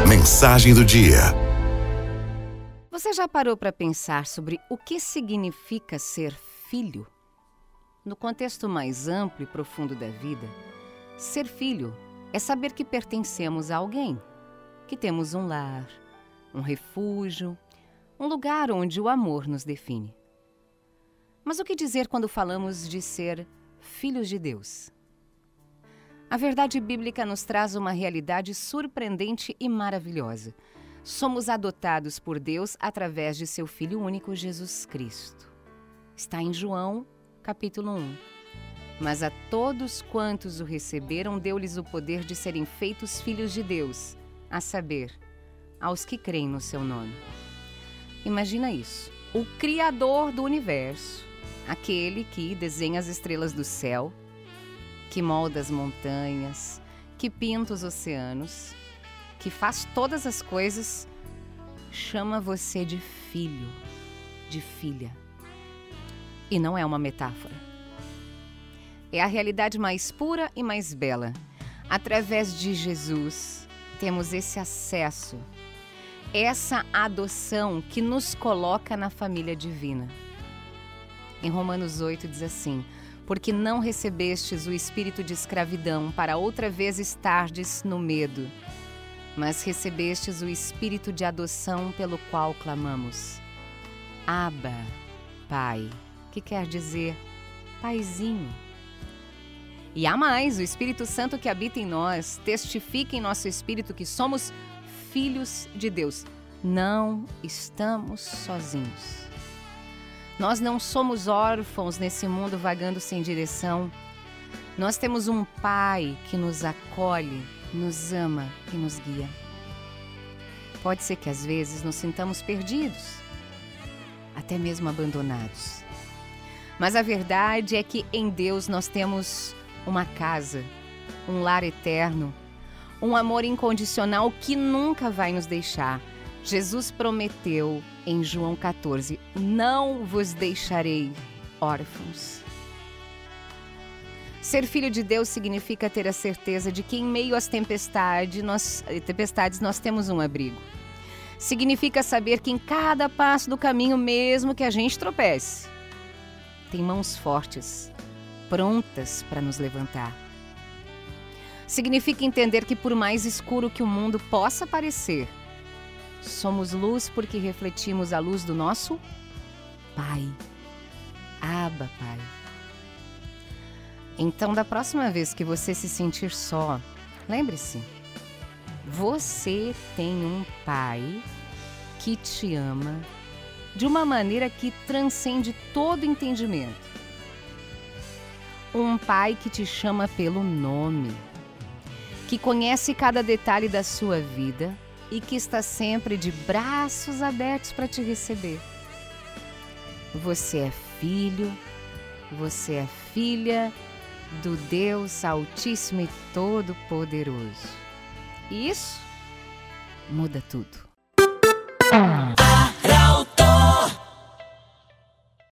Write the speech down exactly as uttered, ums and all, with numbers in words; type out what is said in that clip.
Mensagem do dia. Você já parou para pensar sobre o que significa ser filho? No contexto mais amplo e profundo da vida, ser filho é saber que pertencemos a alguém, que temos um lar, um refúgio, um lugar onde o amor nos define. Mas o que dizer quando falamos de ser filhos de Deus? A verdade bíblica nos traz uma realidade surpreendente e maravilhosa. Somos adotados por Deus através de seu Filho único, Jesus Cristo. Está em João, capítulo um. Mas a todos quantos o receberam, deu-lhes o poder de serem feitos filhos de Deus, a saber, aos que creem no seu nome. Imagina isso, o Criador do universo, aquele que desenha as estrelas do céu, que molda as montanhas, que pinta os oceanos, que faz todas as coisas, chama você de filho, de filha. E não é uma metáfora. É a realidade mais pura e mais bela. Através de Jesus, temos esse acesso, essa adoção que nos coloca na família divina. Em Romanos oito diz assim: porque não recebestes o espírito de escravidão para outra vez estardes no medo, mas recebestes o espírito de adoção pelo qual clamamos. Abba, Pai, que quer dizer Paizinho. E há mais, o Espírito Santo que habita em nós testifica em nosso espírito que somos filhos de Deus. Não estamos sozinhos. Nós não somos órfãos nesse mundo vagando sem direção. Nós temos um Pai que nos acolhe, nos ama e nos guia. Pode ser que às vezes nos sintamos perdidos, até mesmo abandonados. Mas a verdade é que em Deus nós temos uma casa, um lar eterno, um amor incondicional que nunca vai nos deixar. Jesus prometeu em João catorze, não vos deixarei órfãos. Ser filho de Deus significa ter a certeza de que em meio às tempestades nós, tempestades nós temos um abrigo. Significa saber que em cada passo do caminho, mesmo que a gente tropece, tem mãos fortes, prontas para nos levantar. Significa entender que por mais escuro que o mundo possa parecer, somos luz porque refletimos a luz do nosso Pai. Abba, Pai. Então, da próxima vez que você se sentir só, lembre-se, você tem um Pai que te ama de uma maneira que transcende todo entendimento. Um Pai que te chama pelo nome, que conhece cada detalhe da sua vida e que está sempre de braços abertos para te receber. Você é filho, você é filha do Deus Altíssimo e Todo-Poderoso. E isso muda tudo.